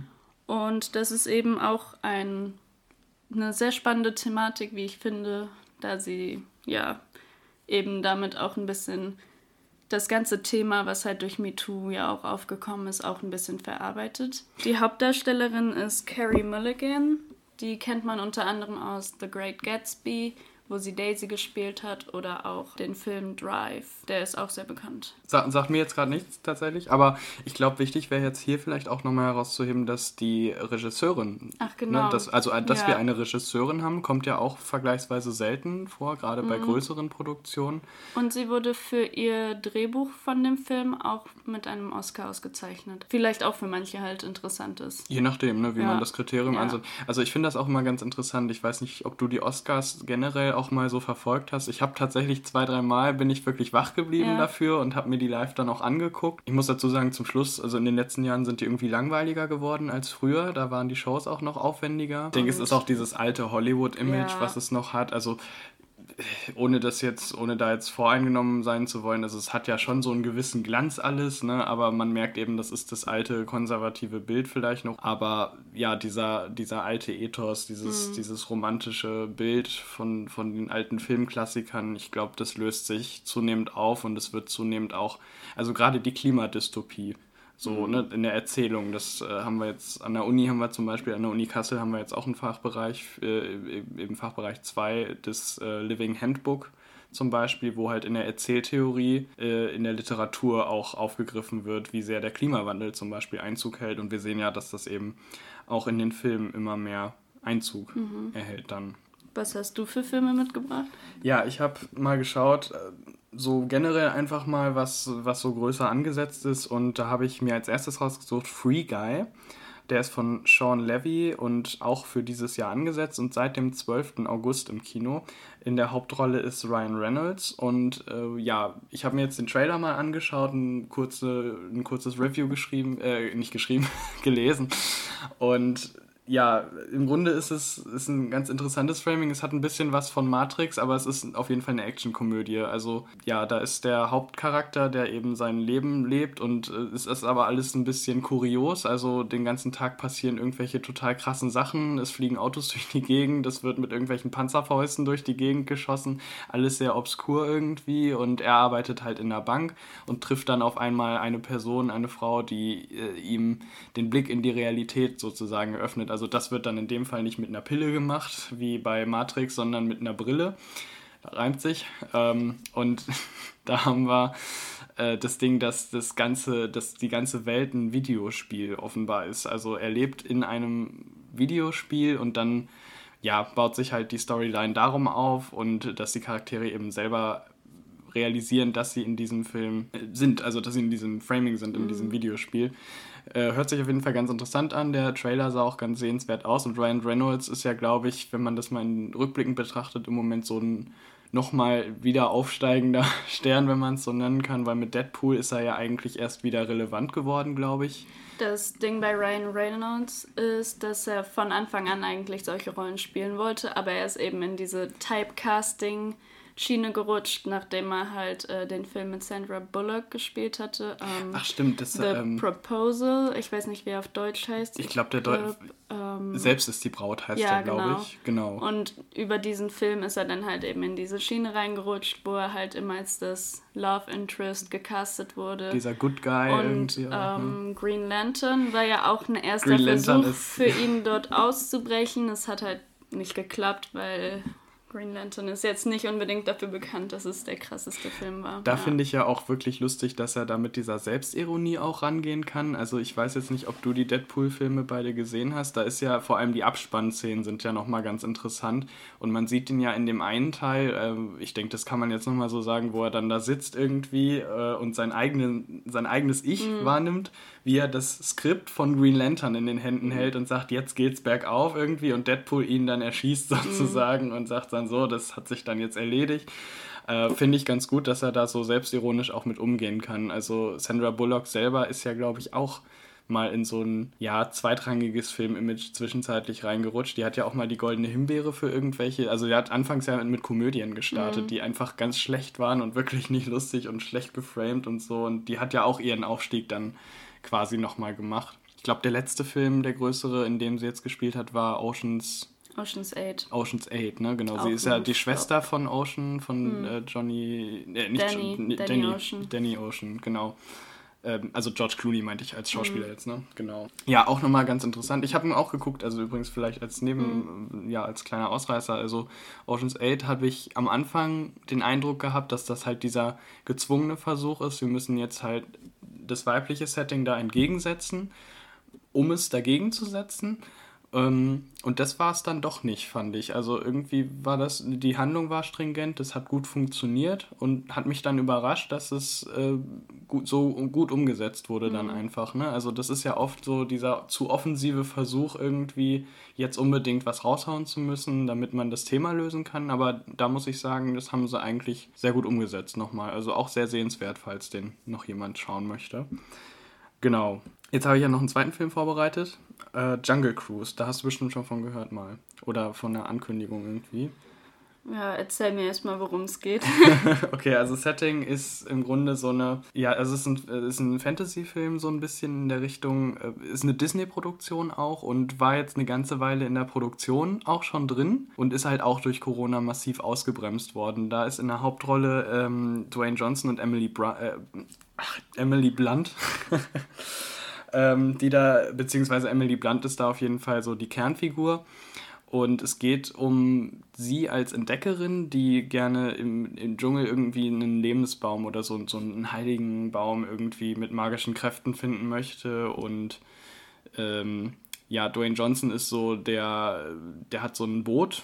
Und das ist eben auch eine sehr spannende Thematik, wie ich finde, da sie ja eben damit auch ein bisschen das ganze Thema, was halt durch MeToo ja auch aufgekommen ist, auch ein bisschen verarbeitet. Die Hauptdarstellerin ist Carey Mulligan. Die kennt man unter anderem aus The Great Gatsby, wo sie Daisy gespielt hat, oder auch den Film Drive. Der ist auch sehr bekannt. Sagt mir jetzt gerade nichts tatsächlich, aber ich glaube, wichtig wäre jetzt hier vielleicht auch nochmal herauszuheben, dass die Regisseurin, ach genau, dass wir eine Regisseurin haben, kommt ja auch vergleichsweise selten vor, gerade bei größeren Produktionen. Und sie wurde für ihr Drehbuch von dem Film auch mit einem Oscar ausgezeichnet. Vielleicht auch für manche halt interessant ist. Je nachdem, ne, wie man das Kriterium ansieht. Also ich finde das auch immer ganz interessant. Ich weiß nicht, ob du die Oscars generell auch mal so verfolgt hast. Ich habe tatsächlich 2-3 Mal bin ich wirklich wach geblieben dafür und habe mir die live dann auch angeguckt. Ich muss dazu sagen, zum Schluss, also in den letzten Jahren sind die irgendwie langweiliger geworden als früher. Da waren die Shows auch noch aufwendiger. Ich denke, es ist auch dieses alte Hollywood-Image, was es noch hat. Also ohne da jetzt voreingenommen sein zu wollen, also es hat ja schon so einen gewissen Glanz alles, ne? Aber man merkt eben, das ist das alte konservative Bild vielleicht noch. Aber ja, dieser alte Ethos, dieses romantische Bild von den alten Filmklassikern, ich glaube, das löst sich zunehmend auf und es wird zunehmend auch, also gerade die Klimadystopie, so, ne, in der Erzählung, das haben wir jetzt an der Uni zum Beispiel, an der Uni Kassel haben wir jetzt auch einen Fachbereich, im Fachbereich 2 des Living Handbook zum Beispiel, wo halt in der Erzähltheorie, in der Literatur auch aufgegriffen wird, wie sehr der Klimawandel zum Beispiel Einzug hält, und wir sehen ja, dass das eben auch in den Filmen immer mehr Einzug erhält dann. Was hast du für Filme mitgebracht? Ja, ich habe mal geschaut, so generell einfach mal, was so größer angesetzt ist, und da habe ich mir als erstes rausgesucht Free Guy. Der ist von Sean Levy und auch für dieses Jahr angesetzt und seit dem 12. August im Kino. In der Hauptrolle ist Ryan Reynolds und ich habe mir jetzt den Trailer mal angeschaut, ein kurzes Review gelesen und ja, im Grunde ist ein ganz interessantes Framing. Es hat ein bisschen was von Matrix, aber es ist auf jeden Fall eine Actionkomödie. Also ja, da ist der Hauptcharakter, der eben sein Leben lebt und es ist aber alles ein bisschen kurios. Also den ganzen Tag passieren irgendwelche total krassen Sachen. Es fliegen Autos durch die Gegend, es wird mit irgendwelchen Panzerfäusten durch die Gegend geschossen. Alles sehr obskur irgendwie und er arbeitet halt in der Bank und trifft dann auf einmal eine Person, eine Frau, die ihm den Blick in die Realität sozusagen eröffnet. Also das wird dann in dem Fall nicht mit einer Pille gemacht, wie bei Matrix, sondern mit einer Brille. Das reimt sich. Und da haben wir das Ding, dass die ganze Welt ein Videospiel offenbar ist. Also er lebt in einem Videospiel und dann baut sich halt die Storyline darum auf und dass die Charaktere eben selber realisieren, dass sie in diesem Film sind, also dass sie in diesem Framing sind, in diesem Videospiel. Hört sich auf jeden Fall ganz interessant an. Der Trailer sah auch ganz sehenswert aus und Ryan Reynolds ist ja, glaube ich, wenn man das mal in Rückblicken betrachtet, im Moment so ein nochmal wieder aufsteigender Stern, wenn man es so nennen kann, weil mit Deadpool ist er ja eigentlich erst wieder relevant geworden, glaube ich. Das Ding bei Ryan Reynolds ist, dass er von Anfang an eigentlich solche Rollen spielen wollte, aber er ist eben in diese Typecasting-Schiene gerutscht, nachdem er halt den Film mit Sandra Bullock gespielt hatte. Ach stimmt. The Proposal, ich weiß nicht, wie er auf Deutsch heißt. Ich glaube, Selbst ist die Braut heißt er, glaube ich. Genau. Und über diesen Film ist er dann halt eben in diese Schiene reingerutscht, wo er halt immer als das Love Interest gecastet wurde. Dieser Good Guy und irgendwie. Green Lantern war ja auch ein erster Versuch für ihn dort auszubrechen. Es hat halt nicht geklappt, weil Green Lantern ist jetzt nicht unbedingt dafür bekannt, dass es der krasseste Film war. Da finde ich ja auch wirklich lustig, dass er da mit dieser Selbstironie auch rangehen kann. Also ich weiß jetzt nicht, ob du die Deadpool-Filme beide gesehen hast. Da ist ja vor allem die Abspannszenen sind ja nochmal ganz interessant. Und man sieht ihn ja in dem einen Teil, ich denke, das kann man jetzt nochmal so sagen, wo er dann da sitzt irgendwie und sein eigenes Ich wahrnimmt, wie er das Skript von Green Lantern in den Händen hält und sagt, jetzt geht's bergauf irgendwie und Deadpool ihn dann erschießt sozusagen und sagt dann so, das hat sich dann jetzt erledigt. Finde ich ganz gut, dass er da so selbstironisch auch mit umgehen kann. Also Sandra Bullock selber ist ja, glaube ich, auch mal in so ein zweitrangiges Filmimage zwischenzeitlich reingerutscht. Die hat ja auch mal die Goldene Himbeere für irgendwelche, also die hat anfangs ja mit Komödien gestartet, die einfach ganz schlecht waren und wirklich nicht lustig und schlecht geframed und so. Und die hat ja auch ihren Aufstieg dann quasi nochmal gemacht. Ich glaube, der letzte Film, der größere, in dem sie jetzt gespielt hat, war Ocean's 8, ne? Genau. Auch sie ist ja die Schwester von Ocean, von Danny Ocean, genau. Also George Clooney meinte ich als Schauspieler jetzt, ne? Genau. Ja, auch nochmal ganz interessant. Ich habe ihn auch geguckt, also übrigens vielleicht als als kleiner Ausreißer. Also Ocean's 8 habe ich am Anfang den Eindruck gehabt, dass das halt dieser gezwungene Versuch ist. Wir müssen jetzt halt das weibliche Setting da entgegensetzen, um es dagegen zu setzen. Und das war es dann doch nicht, fand ich. Also irgendwie war die Handlung war stringent, das hat gut funktioniert und hat mich dann überrascht, dass es so gut umgesetzt wurde dann einfach. Ne? Also das ist ja oft so dieser zu offensive Versuch irgendwie jetzt unbedingt was raushauen zu müssen, damit man das Thema lösen kann. Aber da muss ich sagen, das haben sie eigentlich sehr gut umgesetzt nochmal. Also auch sehr sehenswert, falls den noch jemand schauen möchte. Genau. Jetzt habe ich ja noch einen zweiten Film vorbereitet. Jungle Cruise, da hast du bestimmt schon von gehört mal. Oder von der Ankündigung irgendwie. Ja, erzähl mir erstmal, worum es geht. Okay, also Setting ist im Grunde so eine, es ist ein Fantasy-Film so ein bisschen in der Richtung, ist eine Disney-Produktion auch und war jetzt eine ganze Weile in der Produktion auch schon drin und ist halt auch durch Corona massiv ausgebremst worden. Da ist in der Hauptrolle Dwayne Johnson und Emily Blunt. Beziehungsweise Emily Blunt ist da auf jeden Fall so die Kernfigur. Und es geht um sie als Entdeckerin, die gerne im Dschungel irgendwie einen Lebensbaum oder so einen heiligen Baum irgendwie mit magischen Kräften finden möchte. Und Dwayne Johnson ist so der hat so ein Boot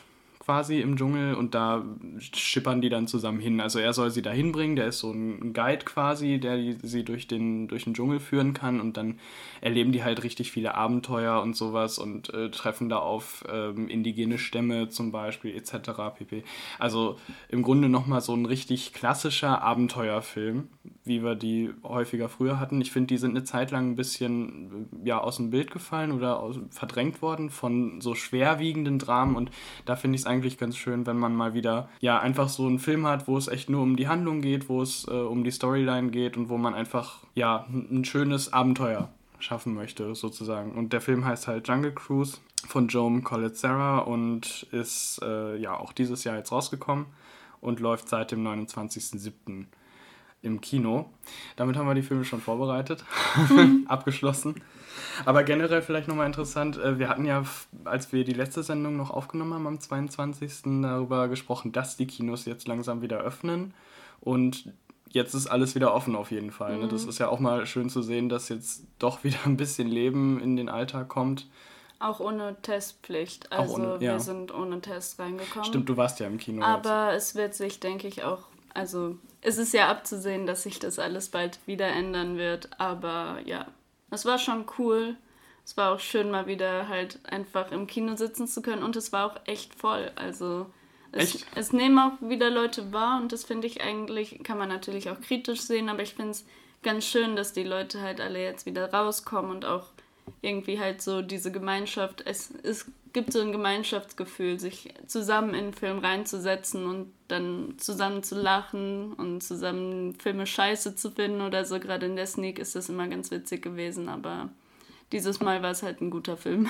quasi im Dschungel und da schippern die dann zusammen hin. Also er soll sie da hinbringen, der ist so ein Guide quasi, der sie durch den Dschungel führen kann und dann erleben die halt richtig viele Abenteuer und sowas und treffen da auf indigene Stämme zum Beispiel etc. pp. Also im Grunde nochmal so ein richtig klassischer Abenteuerfilm, wie wir die häufiger früher hatten. Ich finde, die sind eine Zeit lang ein bisschen aus dem Bild gefallen oder verdrängt worden von so schwerwiegenden Dramen und da finde ich es eigentlich ganz schön, wenn man mal wieder einfach so einen Film hat, wo es echt nur um die Handlung geht, wo es um die Storyline geht und wo man einfach ein schönes Abenteuer schaffen möchte sozusagen. Und der Film heißt halt Jungle Cruise von Joan Collet-Serra und ist auch dieses Jahr jetzt rausgekommen und läuft seit dem 29.07. im Kino. Damit haben wir die Filme schon vorbereitet, abgeschlossen. Aber generell vielleicht nochmal interessant, wir hatten ja, als wir die letzte Sendung noch aufgenommen haben, am 22. darüber gesprochen, dass die Kinos jetzt langsam wieder öffnen und jetzt ist alles wieder offen auf jeden Fall. Ne? Das ist ja auch mal schön zu sehen, dass jetzt doch wieder ein bisschen Leben in den Alltag kommt. Auch ohne Testpflicht. Also wir sind ohne Test reingekommen. Stimmt, du warst ja im Kino. Aber es wird sich, denke ich, auch, also es ist ja abzusehen, dass sich das alles bald wieder ändern wird. Aber ja, es war schon cool. Es war auch schön, mal wieder halt einfach im Kino sitzen zu können. Und es war auch echt voll. Also es nehmen auch wieder Leute wahr. Und das finde ich eigentlich, kann man natürlich auch kritisch sehen. Aber ich finde es ganz schön, dass die Leute halt alle jetzt wieder rauskommen und auch irgendwie halt so diese Gemeinschaft, es gibt so ein Gemeinschaftsgefühl, sich zusammen in einen Film reinzusetzen und dann zusammen zu lachen und zusammen Filme scheiße zu finden oder so. Gerade in der Sneak ist das immer ganz witzig gewesen, aber dieses Mal war es halt ein guter Film.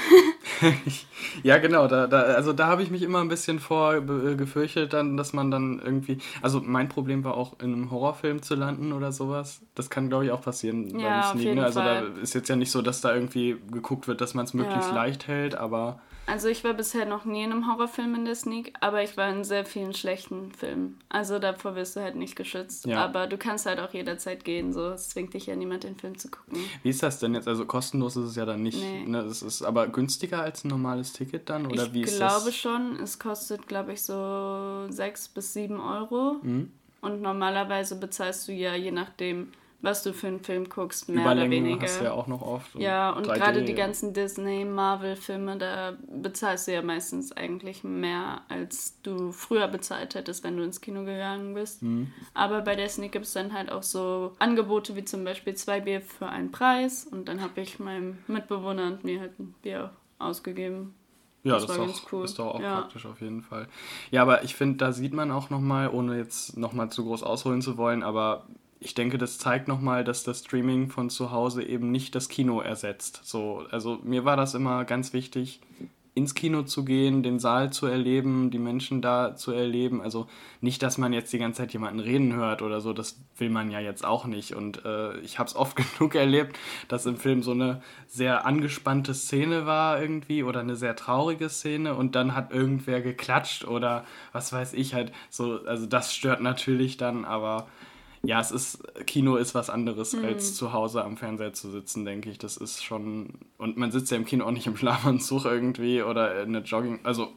Ja, genau. Da habe ich mich immer ein bisschen gefürchtet, dann, dass man dann irgendwie... Also mein Problem war auch, in einem Horrorfilm zu landen oder sowas. Das kann, glaube ich, auch passieren beim Sneak. Ne? Also da ist jetzt ja nicht so, dass da irgendwie geguckt wird, dass man es möglichst leicht hält, aber... Also ich war bisher noch nie in einem Horrorfilm in der Sneak, aber ich war in sehr vielen schlechten Filmen. Also davor wirst du halt nicht geschützt. Ja. Aber du kannst halt auch jederzeit gehen, so. Es zwingt dich ja niemand, den Film zu gucken. Wie ist das denn jetzt? Also kostenlos ist es ja dann nicht. Nee. Ne? Es ist aber günstiger als ein normales Ticket dann? Oder wie ist das? Ich glaube schon. Es kostet, glaube ich, so 6 bis 7 Euro. Mhm. Und normalerweise bezahlst du ja, je nachdem, was du für einen Film guckst, mehr oder weniger. Hast du ja auch noch oft. Ja, und gerade die ganzen Disney, Marvel-Filme, da bezahlst du ja meistens eigentlich mehr, als du früher bezahlt hättest, wenn du ins Kino gegangen bist. Mhm. Aber bei der Sneak gibt es dann halt auch so Angebote wie zum Beispiel 2 Bier für einen Preis. Und dann habe ich meinem Mitbewohner und mir halt ein Bier ausgegeben. Ja, das war ganz cool. Ist doch auch praktisch auf jeden Fall. Ja, aber ich finde, da sieht man auch nochmal, ohne jetzt nochmal zu groß ausholen zu wollen, aber ich denke, das zeigt nochmal, dass das Streaming von zu Hause eben nicht das Kino ersetzt. So, also mir war das immer ganz wichtig, ins Kino zu gehen, den Saal zu erleben, die Menschen da zu erleben. Also nicht, dass man jetzt die ganze Zeit jemanden reden hört oder so, das will man ja jetzt auch nicht. Und ich habe es oft genug erlebt, dass im Film so eine sehr angespannte Szene war irgendwie oder eine sehr traurige Szene und dann hat irgendwer geklatscht oder was weiß ich halt. So, also das stört natürlich dann, aber... Ja, Kino ist was anderes, als zu Hause am Fernseher zu sitzen, denke ich. Das ist schon... Und man sitzt ja im Kino auch nicht im Schlafanzug irgendwie oder in der Jogging... Also,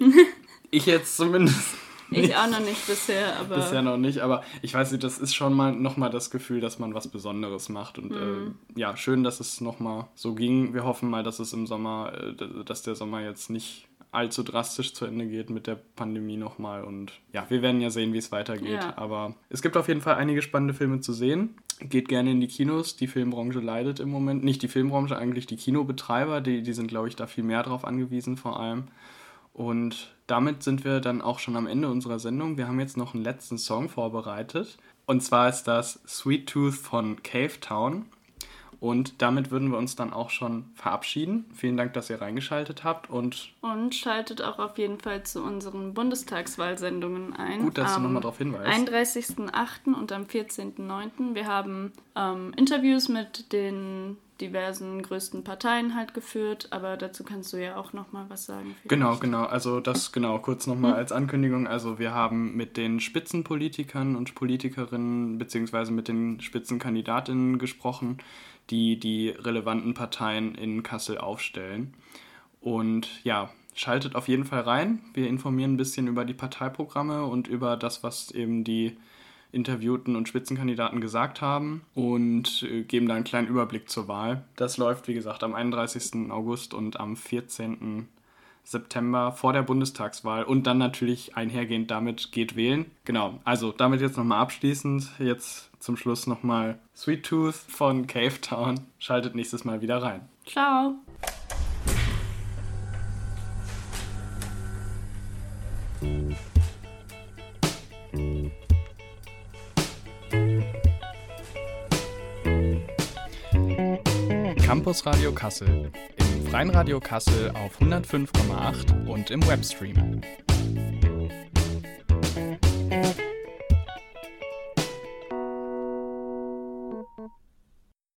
ich jetzt zumindest nicht. Ich auch noch nicht bisher, aber... Bisher noch nicht, aber ich weiß nicht, das ist schon mal nochmal das Gefühl, dass man was Besonderes macht. Und schön, dass es nochmal so ging. Wir hoffen mal, dass es im Sommer... dass der Sommer jetzt nicht allzu drastisch zu Ende geht mit der Pandemie nochmal und ja, wir werden ja sehen, wie es weitergeht, aber es gibt auf jeden Fall einige spannende Filme zu sehen. Geht gerne in die Kinos, die Filmbranche leidet im Moment, nicht die Filmbranche, eigentlich die Kinobetreiber, die sind, glaube ich, da viel mehr drauf angewiesen vor allem und damit sind wir dann auch schon am Ende unserer Sendung. Wir haben jetzt noch einen letzten Song vorbereitet und zwar ist das Sweet Tooth von Cave Town. Und damit würden wir uns dann auch schon verabschieden. Vielen Dank, dass ihr reingeschaltet habt. Und schaltet auch auf jeden Fall zu unseren Bundestagswahlsendungen ein. Gut, dass du nochmal darauf hinweist. Am 31.08. und am 14.09. Wir haben Interviews mit den diversen größten Parteien halt geführt, aber dazu kannst du ja auch nochmal was sagen. Genau, also das kurz nochmal als Ankündigung. Also wir haben mit den Spitzenpolitikern und Politikerinnen beziehungsweise mit den Spitzenkandidatinnen gesprochen, die relevanten Parteien in Kassel aufstellen. Und ja, schaltet auf jeden Fall rein. Wir informieren ein bisschen über die Parteiprogramme und über das, was eben die Interviewten und Spitzenkandidaten gesagt haben und geben da einen kleinen Überblick zur Wahl. Das läuft, wie gesagt, am 31. August und am 14. September vor der Bundestagswahl und dann natürlich einhergehend damit geht wählen. Genau, also damit jetzt nochmal abschließend, jetzt zum Schluss nochmal Sweet Tooth von Cave Town. Schaltet nächstes Mal wieder rein. Ciao! Campus Radio Kassel, im Freien Radio Kassel auf 105,8 und im Webstream.